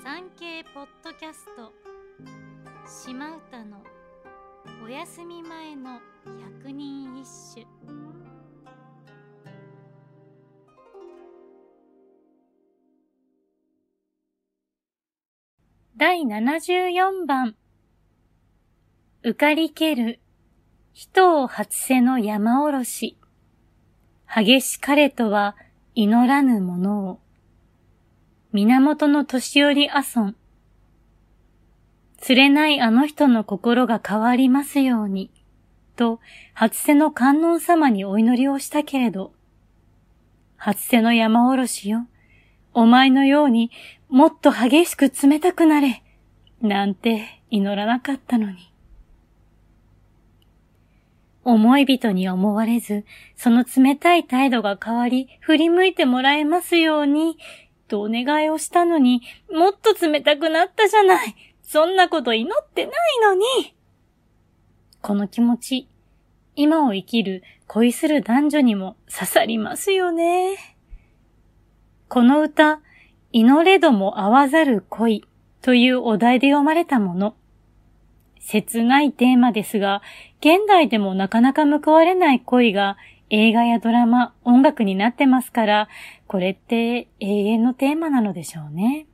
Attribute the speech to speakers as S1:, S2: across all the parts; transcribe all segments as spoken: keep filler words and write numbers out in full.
S1: 産経ポッドキャスト島唄のお休み前の百人一首。だいななじゅうよんばん。浮かりける人を初瀬の山おろし、激しかれとは祈らぬものを。源の年寄り阿尊。釣れないあの人の心が変わりますように、と初瀬の観音様にお祈りをしたけれど、初瀬の山おろしよ、お前のようにもっと激しく冷たくなれ、なんて祈らなかったのに。思い人に思われず、その冷たい態度が変わり、振り向いてもらえますように、とお願いをしたのに、もっと冷たくなったじゃない。そんなこと祈ってないのに。この気持ち、今を生きる恋する男女にも刺さりますよね。この歌、祈れども会わざる恋というお題で読まれたもの。切ないテーマですが、現代でもなかなか報われない恋が映画やドラマ、音楽になってますから、これって永遠のテーマなのでしょうね。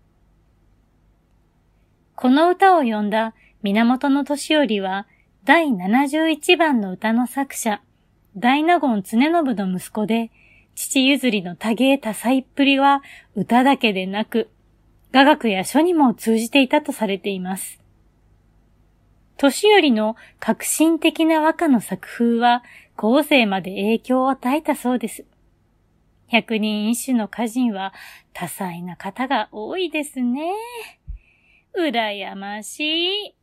S1: この歌を詠んだ源義頼は、だいななじゅういちばんの歌の作者、大納言常信の息子で、父譲りの多芸多彩っぷりは歌だけでなく、雅楽や書にも通じていたとされています。義頼の革新的な和歌の作風は後世まで影響を与えたそうです。百人一首の歌人は多彩な方が多いですね。うらやましい。